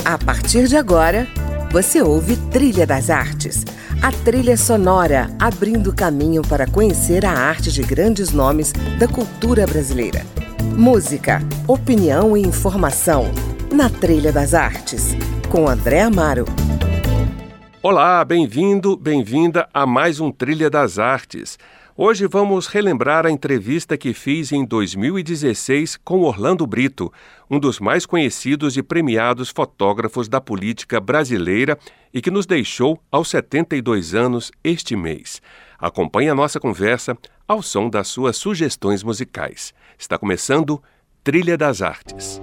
A partir de agora, você ouve Trilha das Artes, a trilha sonora abrindo caminho para conhecer a arte de grandes nomes da cultura brasileira. Música, opinião e informação na Trilha das Artes, com André Amaro. Olá, bem-vindo, bem-vinda a mais um Trilha das Artes. Hoje vamos relembrar a entrevista que fiz em 2016 com Orlando Brito, um dos mais conhecidos e premiados fotógrafos da política brasileira e que nos deixou aos 72 anos este mês. Acompanhe a nossa conversa ao som das suas sugestões musicais. Está começando Trilha das Artes.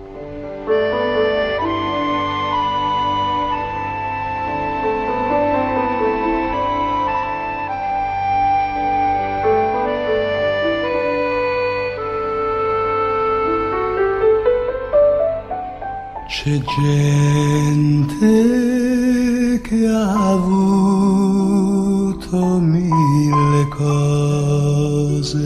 C'è gente che ha avuto mille cose.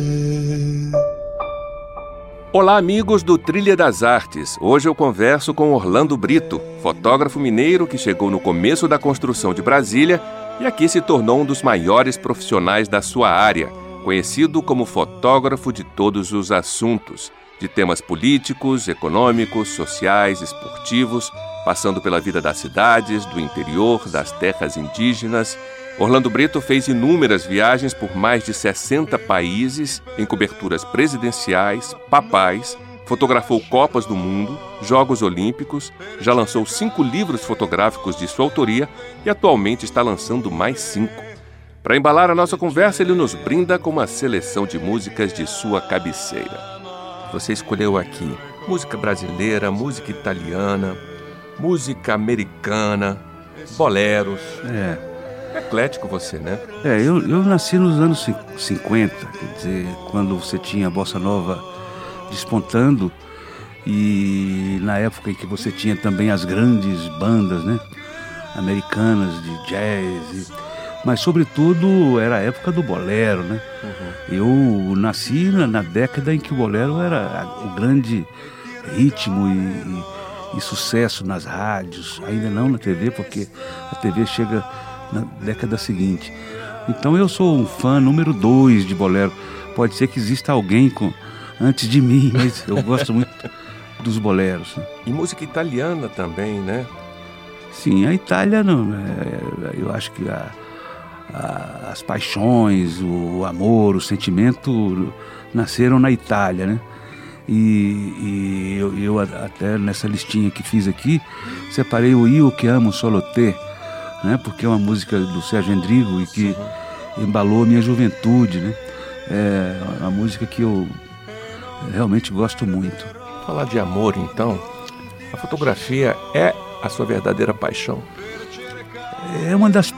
Olá, amigos do Trilha das Artes. Hoje eu converso com Orlando Brito, fotógrafo mineiro que chegou no começo da construção de Brasília e aqui se tornou um dos maiores profissionais da sua área, conhecido como fotógrafo de todos os assuntos, de temas políticos, econômicos, sociais, esportivos, passando pela vida das cidades, do interior, das terras indígenas. Orlando Brito fez inúmeras viagens por mais de 60 países, em coberturas presidenciais, papais, fotografou Copas do Mundo, Jogos Olímpicos, já lançou 5 livros fotográficos de sua autoria e atualmente está lançando mais 5. Para embalar a nossa conversa, ele nos brinda com uma seleção de músicas de sua cabeceira. Você escolheu aqui música brasileira, música italiana, música americana, boleros. Eclético você, né? Eu nasci nos anos 50, quer dizer, quando você tinha a bossa nova despontando e na época em que você tinha também as grandes bandas, né, americanas de jazz, mas sobretudo era a época do bolero, né? Eu nasci na década em que o bolero era o grande ritmo e sucesso nas rádios, ainda não na TV, porque a TV chega na década seguinte. Então eu sou um fã número 2 de bolero. Pode ser que exista alguém antes de mim, mas eu gosto muito dos boleros. E música italiana também, né? Sim, a Itália, eu acho que as paixões, o amor, o sentimento nasceram na Itália, né? E eu até nessa listinha que fiz aqui separei o Io che amo solo te, né? Porque é uma música do Sérgio Endrigo e que embalou a minha juventude, né? É uma música que eu realmente gosto muito. Falar de amor, então, a fotografia é a sua verdadeira paixão? É uma das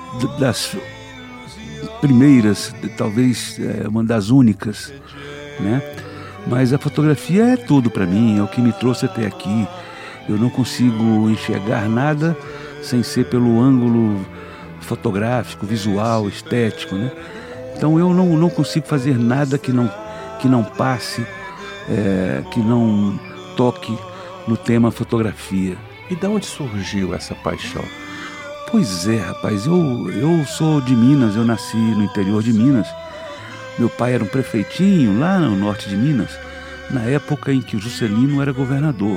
primeiras, talvez uma das únicas, né? Mas a fotografia é tudo para mim, é o que me trouxe até aqui. Eu não consigo enxergar nada sem ser pelo ângulo fotográfico, visual, estético, né? Então eu não consigo fazer nada que não passe, que não toque no tema fotografia. E de onde surgiu essa paixão? Pois é, rapaz, eu sou de Minas, eu nasci no interior de Minas. Meu pai era um prefeitinho lá no norte de Minas, na época em que o Juscelino era governador.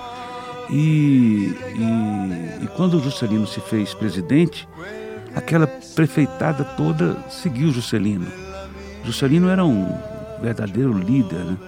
E quando o Juscelino se fez presidente, aquela prefeitada toda seguiu o Juscelino. Juscelino era um verdadeiro líder, né?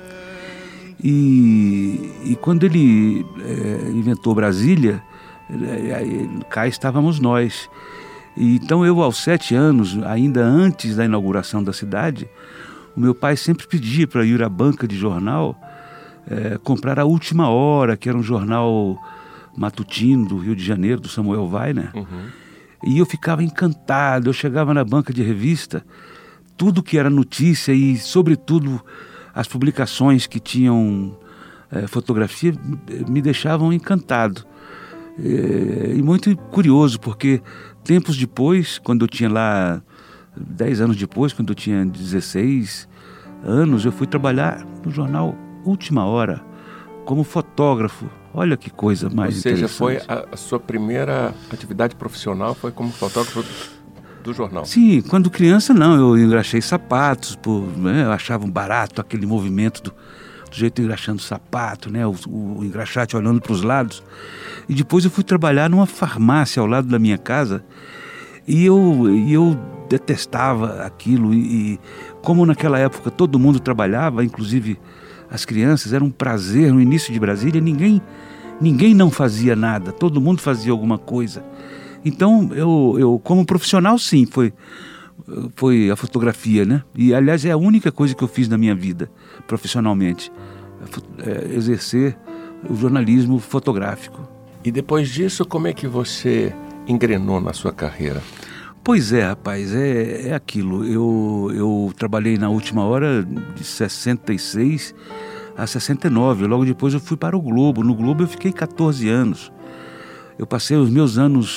E quando ele inventou Brasília, cá estávamos nós. E então eu, aos 7 anos, ainda antes da inauguração da cidade, o meu pai sempre pedia para ir à banca de jornal comprar a Última Hora, que era um jornal matutino do Rio de Janeiro, do Samuel Weiner. E eu ficava encantado. Eu chegava na banca de revista, tudo que era notícia e, sobretudo, as publicações que tinham fotografia me deixavam encantado. E muito curioso, porque tempos depois, quando eu tinha lá 10 anos depois, quando eu tinha 16 anos, eu fui trabalhar no jornal Última Hora, como fotógrafo. Olha que coisa mais interessante. Ou seja, foi a sua primeira atividade profissional foi como fotógrafo do jornal? Sim, quando criança não, eu engraxei sapatos, eu achava barato aquele movimento do jeito engraxando sapato, né? O engraxate olhando para os lados. E depois eu fui trabalhar numa farmácia ao lado da minha casa e eu detestava aquilo e como naquela época todo mundo trabalhava, inclusive as crianças, era um prazer. No início de Brasília ninguém não fazia nada, todo mundo fazia alguma coisa. Então eu como profissional sim, foi a fotografia, né? E aliás é a única coisa que eu fiz na minha vida profissionalmente, exercer o jornalismo fotográfico. E depois disso, como é que você engrenou na sua carreira? Pois é, rapaz, é aquilo. Eu trabalhei na Última Hora de 66 a 69. Logo depois eu fui para o Globo. No Globo eu fiquei 14 anos. Eu passei os meus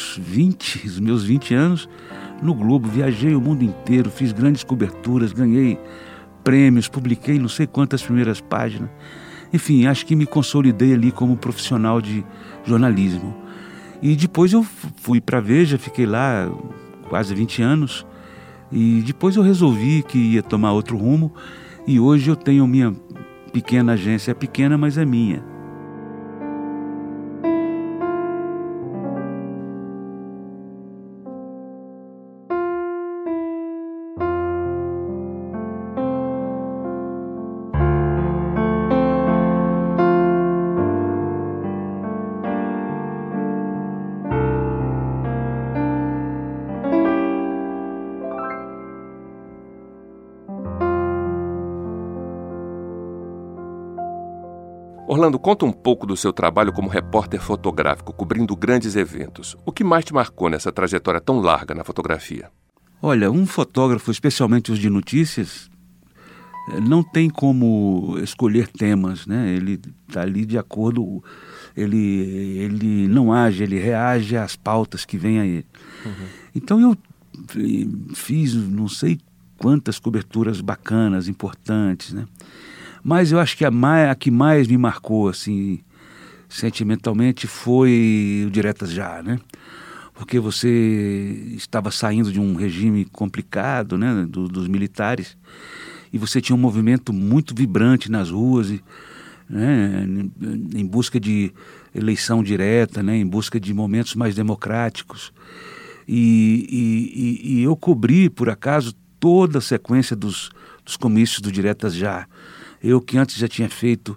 20 anos no Globo. Viajei o mundo inteiro, fiz grandes coberturas, ganhei prêmios, publiquei não sei quantas primeiras páginas. Enfim, acho que me consolidei ali como profissional de jornalismo. E depois eu fui para a Veja, fiquei lá quase 20 anos. E depois eu resolvi que ia tomar outro rumo. E hoje eu tenho minha pequena agência. É pequena, mas é minha. Orlando, conta um pouco do seu trabalho como repórter fotográfico, cobrindo grandes eventos. O que mais te marcou nessa trajetória tão larga na fotografia? Olha, um fotógrafo, especialmente os de notícias, não tem como escolher temas, né? Ele está ali de acordo, ele não age, ele reage às pautas que vêm a ele. Uhum. Então eu fiz não sei quantas coberturas bacanas, importantes, né? Mas eu acho que a que mais me marcou, assim, sentimentalmente, foi o Diretas Já, né? Porque você estava saindo de um regime complicado, né, dos militares, e você tinha um movimento muito vibrante nas ruas, né, em busca de eleição direta, né, em busca de momentos mais democráticos. E eu cobri, por acaso, toda a sequência dos comícios do Diretas Já. Eu que antes já tinha feito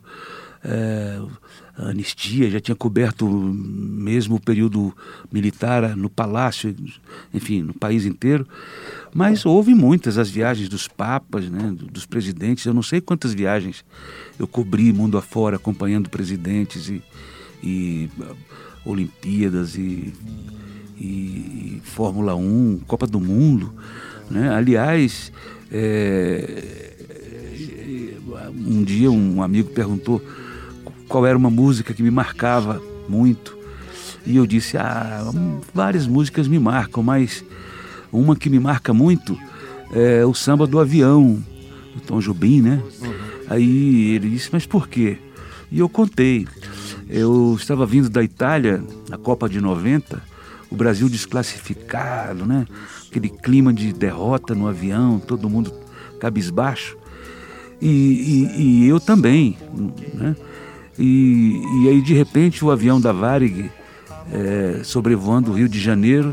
a anistia, já tinha coberto mesmo o período militar no Palácio, enfim, no país inteiro. Mas houve muitas, as viagens dos papas, né, dos presidentes. Eu não sei quantas viagens eu cobri mundo afora, acompanhando presidentes e Olimpíadas e Fórmula 1, Copa do Mundo, né? Aliás, um dia um amigo perguntou qual era uma música que me marcava muito, e eu disse, várias músicas me marcam, mas uma que me marca muito é o Samba do Avião, do Tom Jobim, né? Uhum. Aí ele disse, mas por quê? E eu contei. Eu estava vindo da Itália, na Copa de 90, o Brasil desclassificado, né? Aquele clima de derrota no avião, todo mundo cabisbaixo. E eu também, né? E aí de repente o avião da Varig sobrevoando o Rio de Janeiro,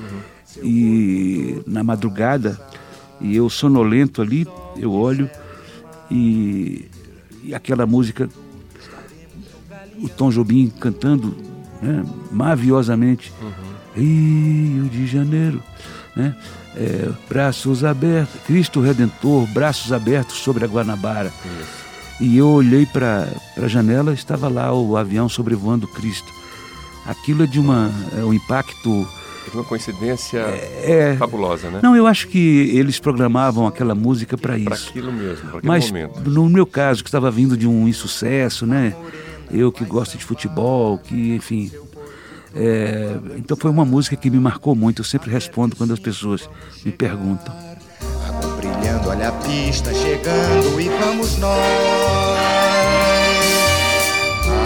e na madrugada, e eu sonolento ali, eu olho e aquela música, o Tom Jobim cantando, né, maviosamente, Rio de Janeiro, né? Braços abertos, Cristo Redentor, braços abertos sobre a Guanabara. E eu olhei para a janela, estava lá o avião sobrevoando Cristo. Aquilo é de um impacto... Uma coincidência fabulosa, né? Não, eu acho que eles programavam aquela música para isso. Para aquilo mesmo, para aquele Mas, momento. No meu caso, que estava vindo de um insucesso, né? Eu que gosto de futebol, que, enfim... então foi uma música que me marcou muito. Eu sempre respondo quando as pessoas me perguntam. Água brilhando, olha a pista chegando e vamos nós.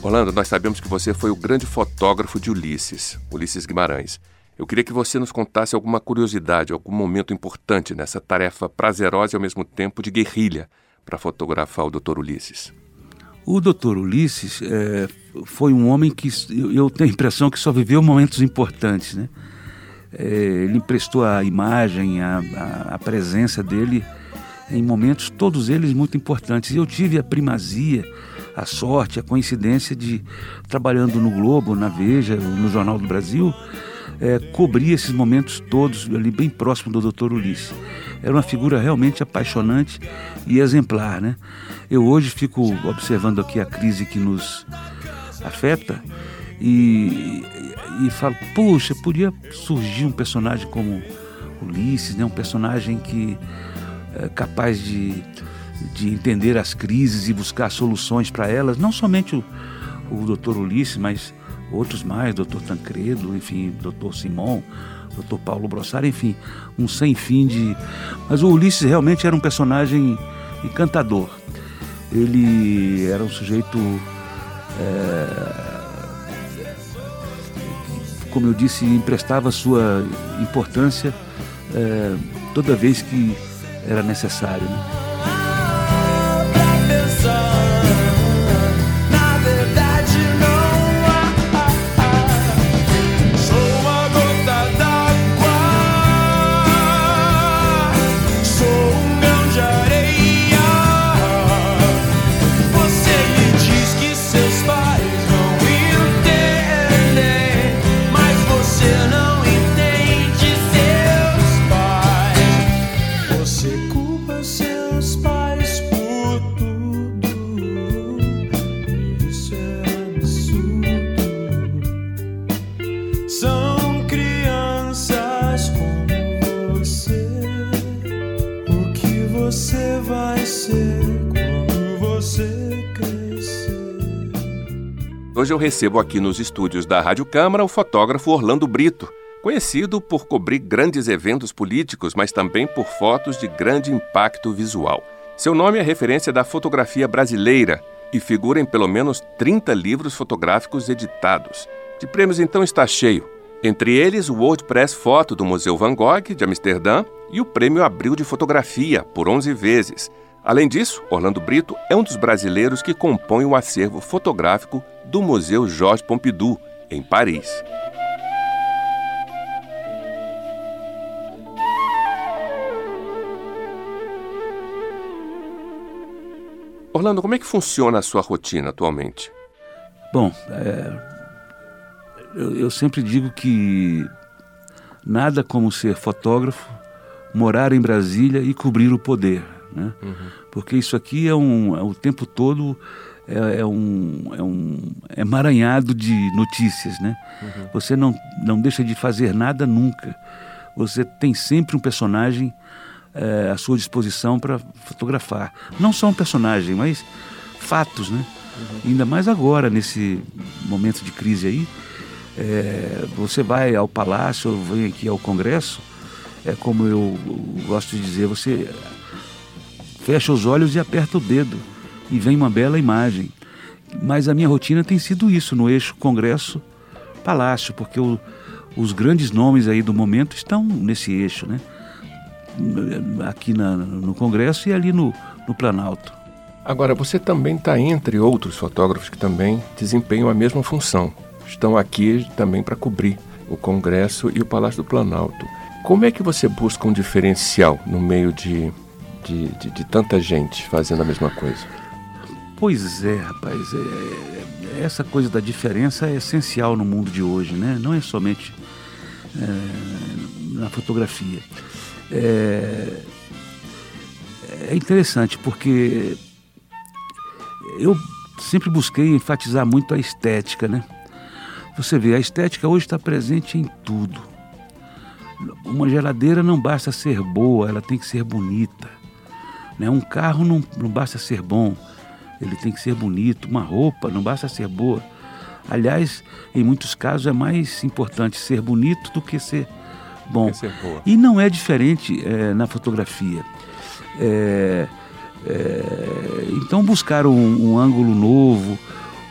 Orlando, nós sabemos que você foi o grande fotógrafo de Ulisses Guimarães. Eu queria que você nos contasse alguma curiosidade, algum momento importante nessa tarefa prazerosa e ao mesmo tempo de guerrilha para fotografar o Dr. Ulisses. O Dr. Ulisses foi um homem que eu tenho a impressão que só viveu momentos importantes, né? Ele emprestou a imagem, a presença dele em momentos, todos eles muito importantes. E eu tive a primazia, a sorte, a coincidência de, trabalhando no Globo, na Veja, no Jornal do Brasil, cobrir esses momentos todos ali bem próximo do Dr. Ulisses. Era uma figura realmente apaixonante e exemplar, né? Eu hoje fico observando aqui a crise que nos afeta e falo, puxa, podia surgir um personagem como Ulisses, né? Um personagem que é capaz de entender as crises e buscar soluções para elas, não somente o Dr. Ulisses, mas outros mais, Dr. Tancredo, enfim, Dr. Simon, Dr. Paulo Brossard, enfim, um sem fim de... Mas o Ulisses realmente era um personagem encantador. Ele era um sujeito, como eu disse, emprestava sua importância toda vez que era necessário, né? Você vai ser quando você crescer. Hoje eu recebo aqui nos estúdios da Rádio Câmara o fotógrafo Orlando Brito, conhecido por cobrir grandes eventos políticos, mas também por fotos de grande impacto visual. Seu nome é referência da fotografia brasileira e figura em pelo menos 30 livros fotográficos editados. De prêmios então está cheio. Entre eles, o World Press Photo do Museu Van Gogh, de Amsterdã, e o Prêmio Abril de Fotografia, por 11 vezes. Além disso, Orlando Brito é um dos brasileiros que compõe o acervo fotográfico do Museu Georges Pompidou, em Paris. Orlando, como é que funciona a sua rotina atualmente? Bom, eu sempre digo que nada como ser fotógrafo, morar em Brasília e cobrir o poder, né? Porque isso aqui o tempo todo é um emaranhado de notícias, né? Você não deixa de fazer nada nunca. Você tem sempre um personagem à sua disposição para fotografar. Não só um personagem, mas fatos, né? Ainda mais agora, nesse momento de crise aí, você vai ao Palácio, vem aqui ao Congresso, como eu gosto de dizer, você fecha os olhos e aperta o dedo e vem uma bela imagem. Mas a minha rotina tem sido isso, no eixo Congresso-Palácio, porque os grandes nomes aí do momento estão nesse eixo, né? Aqui no Congresso e ali no Planalto. Agora, você também está entre outros fotógrafos que também desempenham a mesma função. Estão aqui também para cobrir o Congresso e o Palácio do Planalto. Como é que você busca um diferencial no meio de tanta gente fazendo a mesma coisa? Pois é, rapaz, essa coisa da diferença é essencial no mundo de hoje, né? Não é somente na fotografia. É interessante porque eu sempre busquei enfatizar muito a estética, né? Você vê, a estética hoje está presente em tudo. Uma geladeira não basta ser boa, ela tem que ser bonita, né? Um carro não basta ser bom, ele tem que ser bonito. Uma roupa não basta ser boa. Aliás, em muitos casos é mais importante ser bonito do que ser bom. E não é diferente na fotografia. Então buscar um ângulo novo,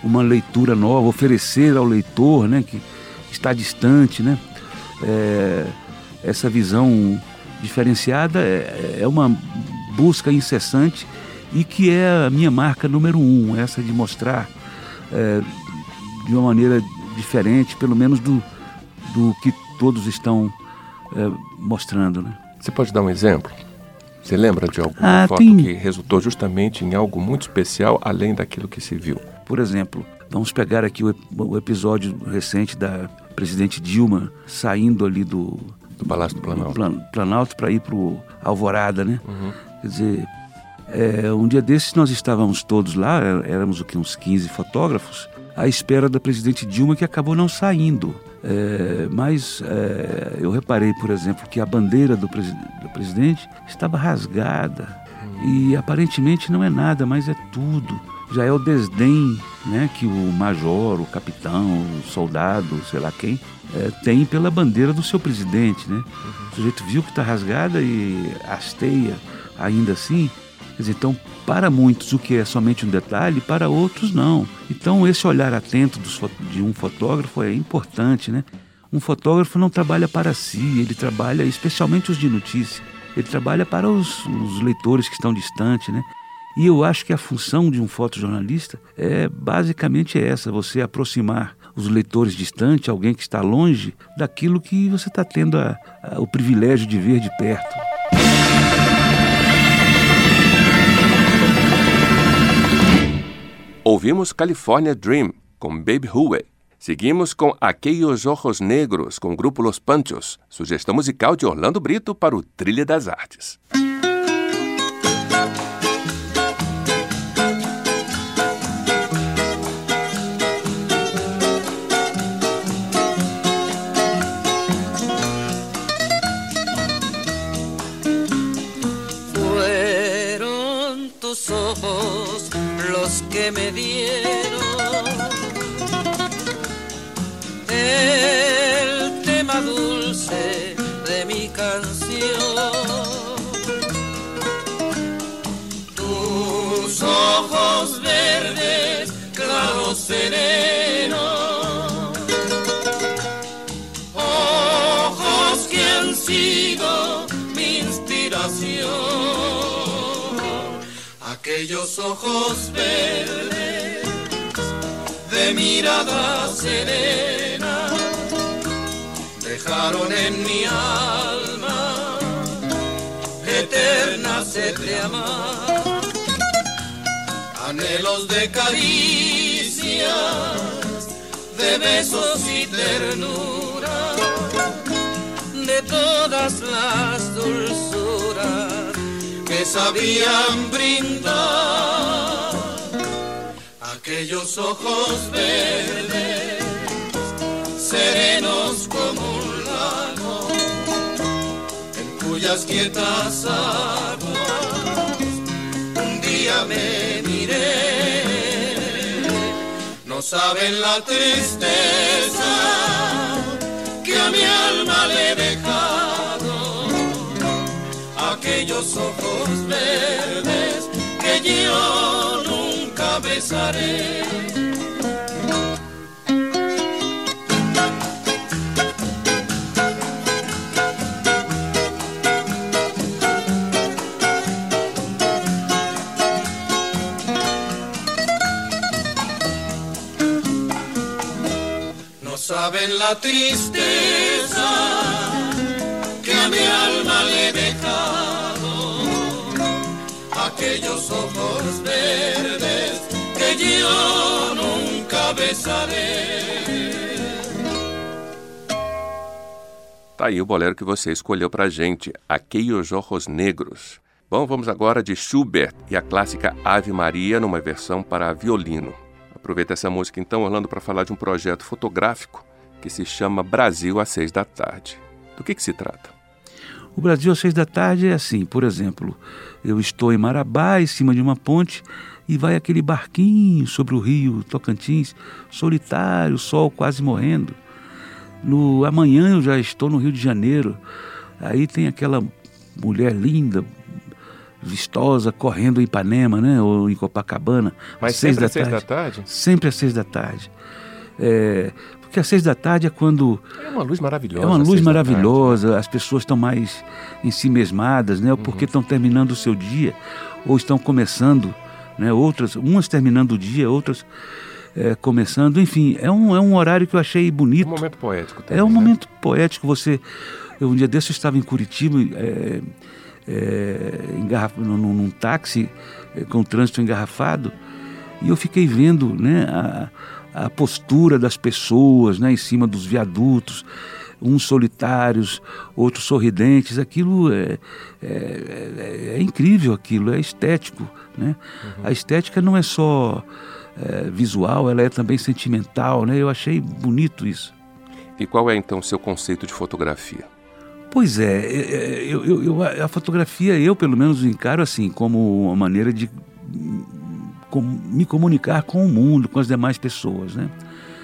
uma leitura nova, oferecer ao leitor, né, que está distante, né, essa visão diferenciada é uma busca incessante e que é a minha marca número 1, essa de mostrar de uma maneira diferente, pelo menos do que todos estão mostrando, né? Você pode dar um exemplo? Você lembra de alguma foto que resultou justamente em algo muito especial, além daquilo que se viu? Por exemplo, vamos pegar aqui o episódio recente da presidente Dilma saindo ali do Palácio do Planalto. Planalto para ir para o Alvorada, né? Uhum. Quer dizer, um dia desses nós estávamos todos lá, éramos uns 15 fotógrafos, à espera da presidente Dilma, que acabou não saindo. Mas eu reparei, por exemplo, que a bandeira do presidente estava rasgada. E aparentemente não é nada, mas é tudo. Já é o desdém, né, que o major, o capitão, o soldado, sei lá quem, tem pela bandeira do seu presidente, né? O sujeito viu que está rasgada e hasteia ainda assim. Quer dizer, então, para muitos o que é somente um detalhe, para outros não. Então, esse olhar atento de um fotógrafo é importante, né? Um fotógrafo não trabalha para si, ele trabalha, especialmente os de notícia, ele trabalha para os leitores que estão distantes, né? E eu acho que a função de um fotojornalista é basicamente essa, você aproximar os leitores distantes, alguém que está longe, daquilo que você está tendo o privilégio de ver de perto. Ouvimos California Dream, com Babe Huey. Seguimos com Aquellos Ojos Negros, com o grupo Los Panchos, sugestão musical de Orlando Brito para o Trilha das Artes. Fueron tus ojos los que me dieron el tema dulce de mi canción. Tus ojos verdes, claros serenos, ojos que han sido mi inspiración. Aquellos ojos verdes de mirada serena dejaron en mi alma eterna sed de amar, anhelos de caricias, de besos y ternura, de todas las dulzuras que sabían brindar. Aquellos ojos verdes, serenos como un lago, en cuyas quietas aguas un día me miré. No saben la tristeza que a mi alma le he dejado, aquellos ojos verdes que yo nunca besaré. No saben la tristeza que a mi alma le he dejado, aquellos ojos verdes que yo nunca besaré. Tá aí o bolero que você escolheu pra gente, Aquellos Ojos Negros. Bom, vamos agora de Schubert e a clássica Ave Maria numa versão para violino. Aproveita essa música então, Orlando, para falar de um projeto fotográfico que se chama Brasil às 6 da tarde. Do que se trata? O Brasil às 6 da tarde é assim, por exemplo, eu estou em Marabá, em cima de uma ponte, e vai aquele barquinho sobre o rio Tocantins, solitário, o sol quase morrendo. No amanhã eu já estou no Rio de Janeiro, aí tem aquela mulher linda, vistosa, correndo em Ipanema, né? Ou em Copacabana. Mas sempre às 6 da tarde? Sempre às 6 da tarde. Porque às 6 da tarde é quando... É uma luz maravilhosa. É uma luz maravilhosa, as pessoas estão mais em si mesmadas, né? Ou porque estão terminando o seu dia, ou estão começando, né? Umas terminando o dia, outras começando. Enfim, é um horário que eu achei bonito. Um momento poético também, É um né? momento poético. Um dia desse eu estava em Curitiba, num táxi, com o trânsito engarrafado, e eu fiquei vendo, né, a postura das pessoas, né, em cima dos viadutos, uns solitários, outros sorridentes. Aquilo é incrível, aquilo é estético, né? A estética não é só visual, ela é também sentimental, né? Eu achei bonito isso. E qual é então o seu conceito de fotografia? Pois a fotografia, eu pelo menos encaro assim, como uma maneira de me comunicar com o mundo, com as demais pessoas, né?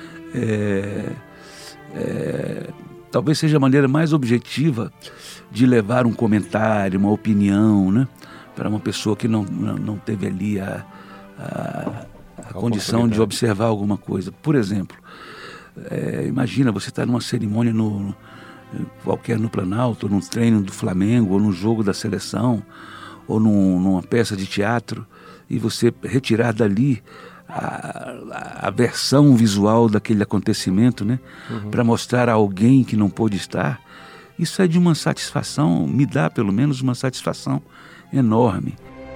Talvez seja a maneira mais objetiva de levar um comentário, uma opinião, né? Para uma pessoa que não teve ali a condição de observar alguma coisa. Por exemplo, imagina, você está numa cerimônia qualquer no Planalto, ou num treino do Flamengo, ou num jogo da seleção, ou numa peça de teatro, e você retirar dali a versão visual daquele acontecimento, né? Para mostrar a alguém que não pôde estar. Isso é de uma satisfação, me dá pelo menos uma satisfação enorme.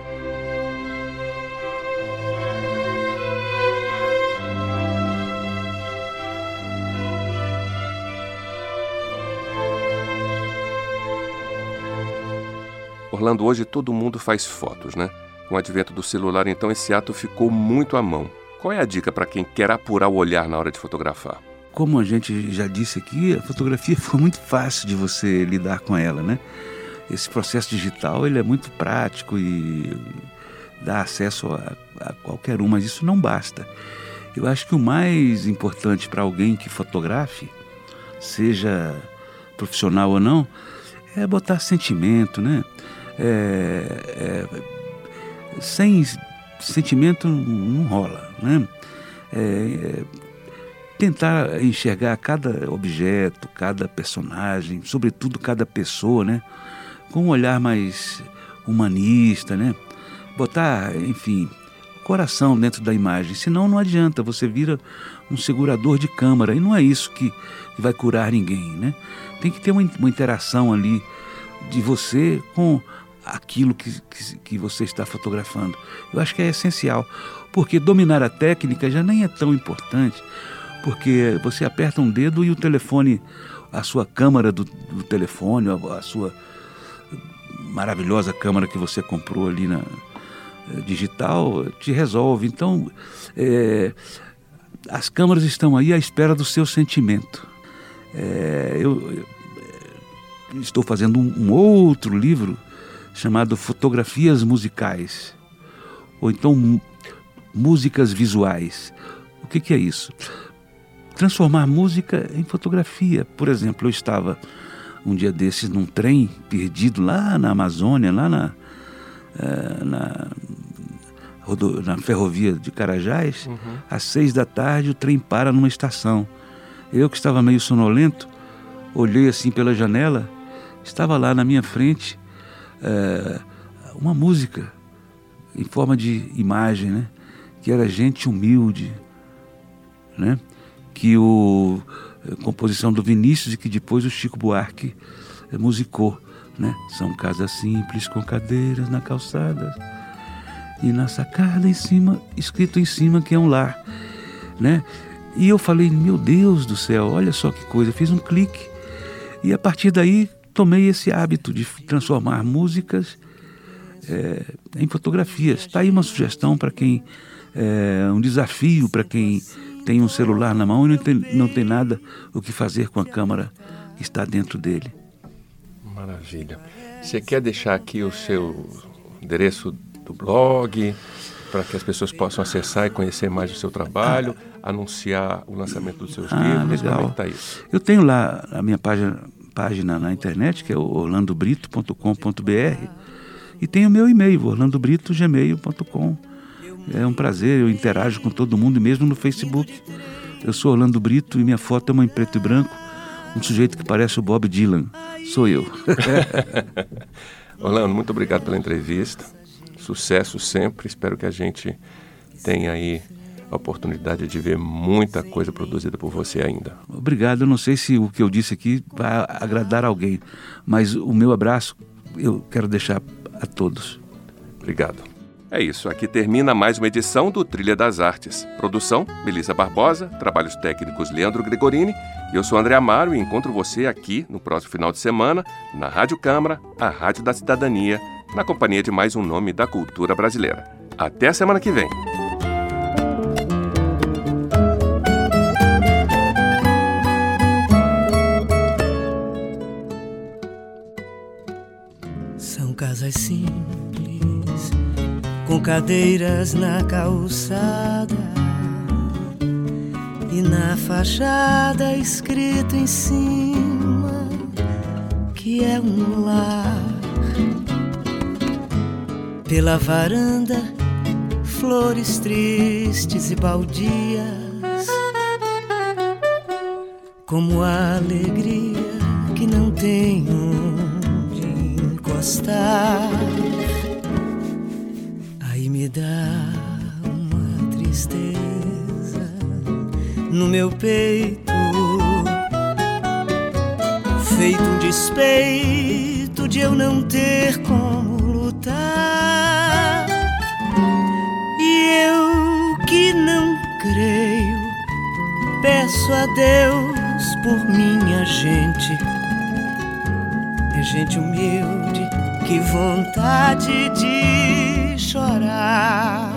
Orlando, hoje todo mundo faz fotos, né? Com o advento do celular, então, esse ato ficou muito à mão. Qual é a dica para quem quer apurar o olhar na hora de fotografar? Como a gente já disse aqui, a fotografia foi muito fácil de você lidar com ela, né? Esse processo digital, ele é muito prático e dá acesso a qualquer um, mas isso não basta. Eu acho que o mais importante para alguém que fotografe, seja profissional ou não, é botar sentimento, né? Sem sentimento não rola, né? Tentar enxergar cada objeto, cada personagem, sobretudo cada pessoa, né? Com um olhar mais humanista, né? Botar, enfim, coração dentro da imagem, senão não adianta, você vira um segurador de câmera, e não é isso que vai curar ninguém, né? Tem que ter uma interação ali de você com aquilo que você está fotografando. Eu acho que é essencial, porque dominar a técnica já nem é tão importante, porque você aperta um dedo e o telefone, a sua câmera do telefone, a sua maravilhosa câmera que você comprou ali na digital, te resolve. Então, as câmeras estão aí à espera do seu sentimento. Eu estou fazendo um outro livro chamado Fotografias Musicais, ou então músicas visuais. O que é isso? Transformar música em fotografia. Por exemplo, eu estava um dia desses num trem perdido lá na Amazônia, lá na ferrovia de Carajás. Às 6 da tarde o trem para numa estação. Eu, que estava meio sonolento, olhei assim pela janela, estava lá na minha frente uma música em forma de imagem, né? Que era Gente Humilde, né? Que composição do Vinícius e que depois o Chico Buarque musicou, né? São casas simples com cadeiras na calçada e na sacada em cima, escrito em cima que é um lar, né? E eu falei, meu Deus do céu, olha só que coisa, fiz um clique e a partir daí tomei esse hábito de transformar músicas em fotografias. Está aí uma sugestão para quem, um desafio para quem tem um celular na mão e não tem nada o que fazer com a câmera que está dentro dele. Maravilha. Você quer deixar aqui o seu endereço do blog para que as pessoas possam acessar e conhecer mais o seu trabalho, anunciar o lançamento dos seus livros? Legal. Como é que está isso? Eu tenho lá a minha página na internet, que é orlandobrito.com.br, E tem o meu e-mail, orlandobrito@gmail.com. É um prazer, eu interajo com todo mundo, mesmo no Facebook. Eu sou Orlando Brito e minha foto é uma em preto e branco, um sujeito que parece o Bob Dylan. Sou eu. Orlando, muito obrigado pela entrevista. Sucesso sempre. Espero que a gente tenha aí a oportunidade de ver muita coisa produzida por você ainda. Obrigado. Eu não sei se o que eu disse aqui vai agradar alguém, mas o meu abraço eu quero deixar a todos. Obrigado. É isso, aqui termina mais uma edição do Trilha das Artes. Produção, Melissa Barbosa, trabalhos técnicos Leandro Gregorini. Eu sou André Amaro e encontro você aqui no próximo final de semana, na Rádio Câmara, a Rádio da Cidadania, na companhia de mais um nome da cultura brasileira. Até a semana que vem. São casas simples, com cadeiras na calçada e na fachada escrito em cima que é um lar. Pela varanda, flores tristes e baldias, como a alegria que não tem onde encostar. Me dá uma tristeza no meu peito, feito um despeito de eu não ter como lutar. E eu que não creio, peço a Deus por minha gente. É gente humilde, que vontade de chorar.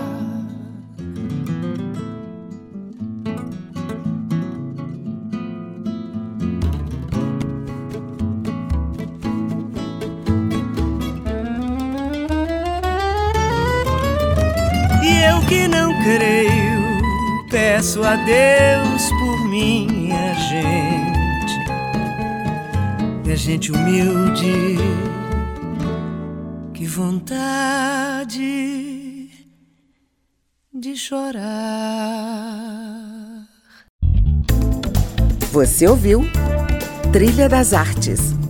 E eu que não creio, peço a Deus por minha gente. É gente humilde, que vontade de chorar. Você ouviu Trilha das Artes.